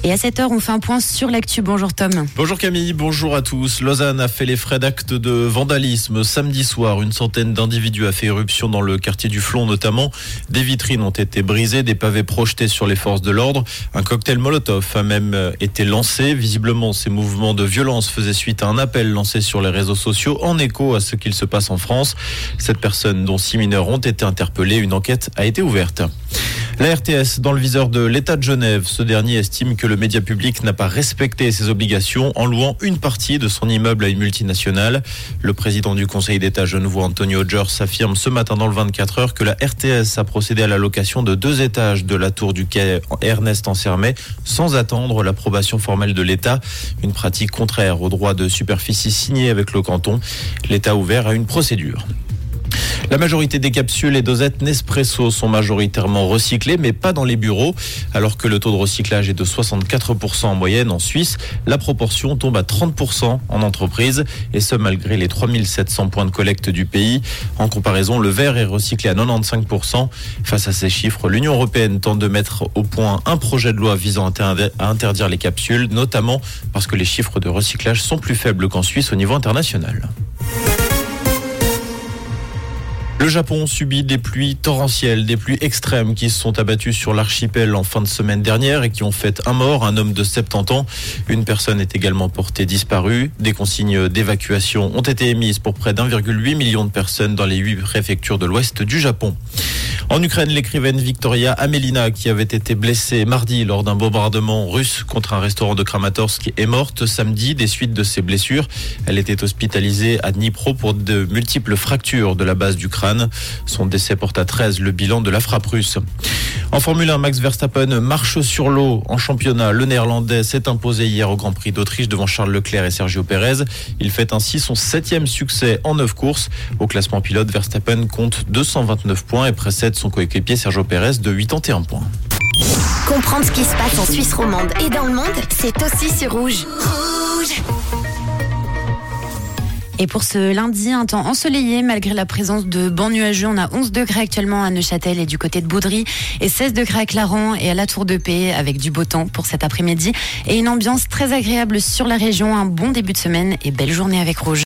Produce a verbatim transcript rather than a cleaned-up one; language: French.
Et à cette heure, on fait un point sur l'actu. Bonjour Tom. Bonjour Camille, bonjour à tous. Lausanne a fait les frais d'actes de vandalisme. Samedi soir, une centaine d'individus a fait éruption dans le quartier du Flon notamment. Des vitrines ont été brisées, des pavés projetés sur les forces de l'ordre. Un cocktail Molotov a même été lancé. Visiblement, ces mouvements de violence faisaient suite à un appel lancé sur les réseaux sociaux en écho à ce qu'il se passe en France. Sept personnes, dont six mineurs, ont été interpellées. Une enquête a été ouverte. La R T S dans le viseur de l'État de Genève. Ce dernier estime que le média public n'a pas respecté ses obligations en louant une partie de son immeuble à une multinationale. Le président du Conseil d'État genevois Anthony Hodgers affirme ce matin dans le vingt-quatre heures que la R T S a procédé à la location de deux étages de la tour du quai Ernest Ansermet sans attendre l'approbation formelle de l'État. Une pratique contraire au droit de superficie signé avec le canton. L'État a ouvert à une procédure. La majorité des capsules et dosettes Nespresso sont majoritairement recyclées, mais pas dans les bureaux. Alors que le taux de recyclage est de soixante-quatre pour cent en moyenne en Suisse, la proportion tombe à trente pour cent en entreprise, et ce malgré les trois mille sept cents points de collecte du pays. En comparaison, le verre est recyclé à quatre-vingt-quinze pour cent. Face à ces chiffres, l'Union européenne tente de mettre au point un projet de loi visant à interdire les capsules, notamment parce que les chiffres de recyclage sont plus faibles qu'en Suisse au niveau international. Le Japon subit des pluies torrentielles, des pluies extrêmes qui se sont abattues sur l'archipel en fin de semaine dernière et qui ont fait un mort, un homme de soixante-dix ans. Une personne est également portée disparue. Des consignes d'évacuation ont été émises pour près d'un virgule huit million de personnes dans les huit préfectures de l'ouest du Japon. En Ukraine, l'écrivaine Victoria Amelina, qui avait été blessée mardi lors d'un bombardement russe contre un restaurant de Kramatorsk, est morte samedi des suites de ses blessures. Elle était hospitalisée à Dnipro pour de multiples fractures de la base du crâne. Son décès porte à treize le bilan de la frappe russe. En Formule un, Max Verstappen marche sur l'eau en championnat. Le Néerlandais s'est imposé hier au Grand Prix d'Autriche devant Charles Leclerc et Sergio Pérez. Il fait ainsi son septième succès en neuf courses. Au classement pilote, Verstappen compte deux cent vingt-neuf points et précède son coéquipier Sergio Pérez de quatre-vingt-et-un points. Comprendre ce qui se passe en Suisse romande et dans le monde, c'est aussi sur Rouge. Rouge. Et pour ce lundi, un temps ensoleillé malgré la présence de bancs nuageux. On a onze degrés actuellement à Neuchâtel et du côté de Boudry et seize degrés à Clarens et à la Tour de Paix avec du beau temps pour cet après-midi et une ambiance très agréable sur la région. Un bon début de semaine et belle journée avec Rouge.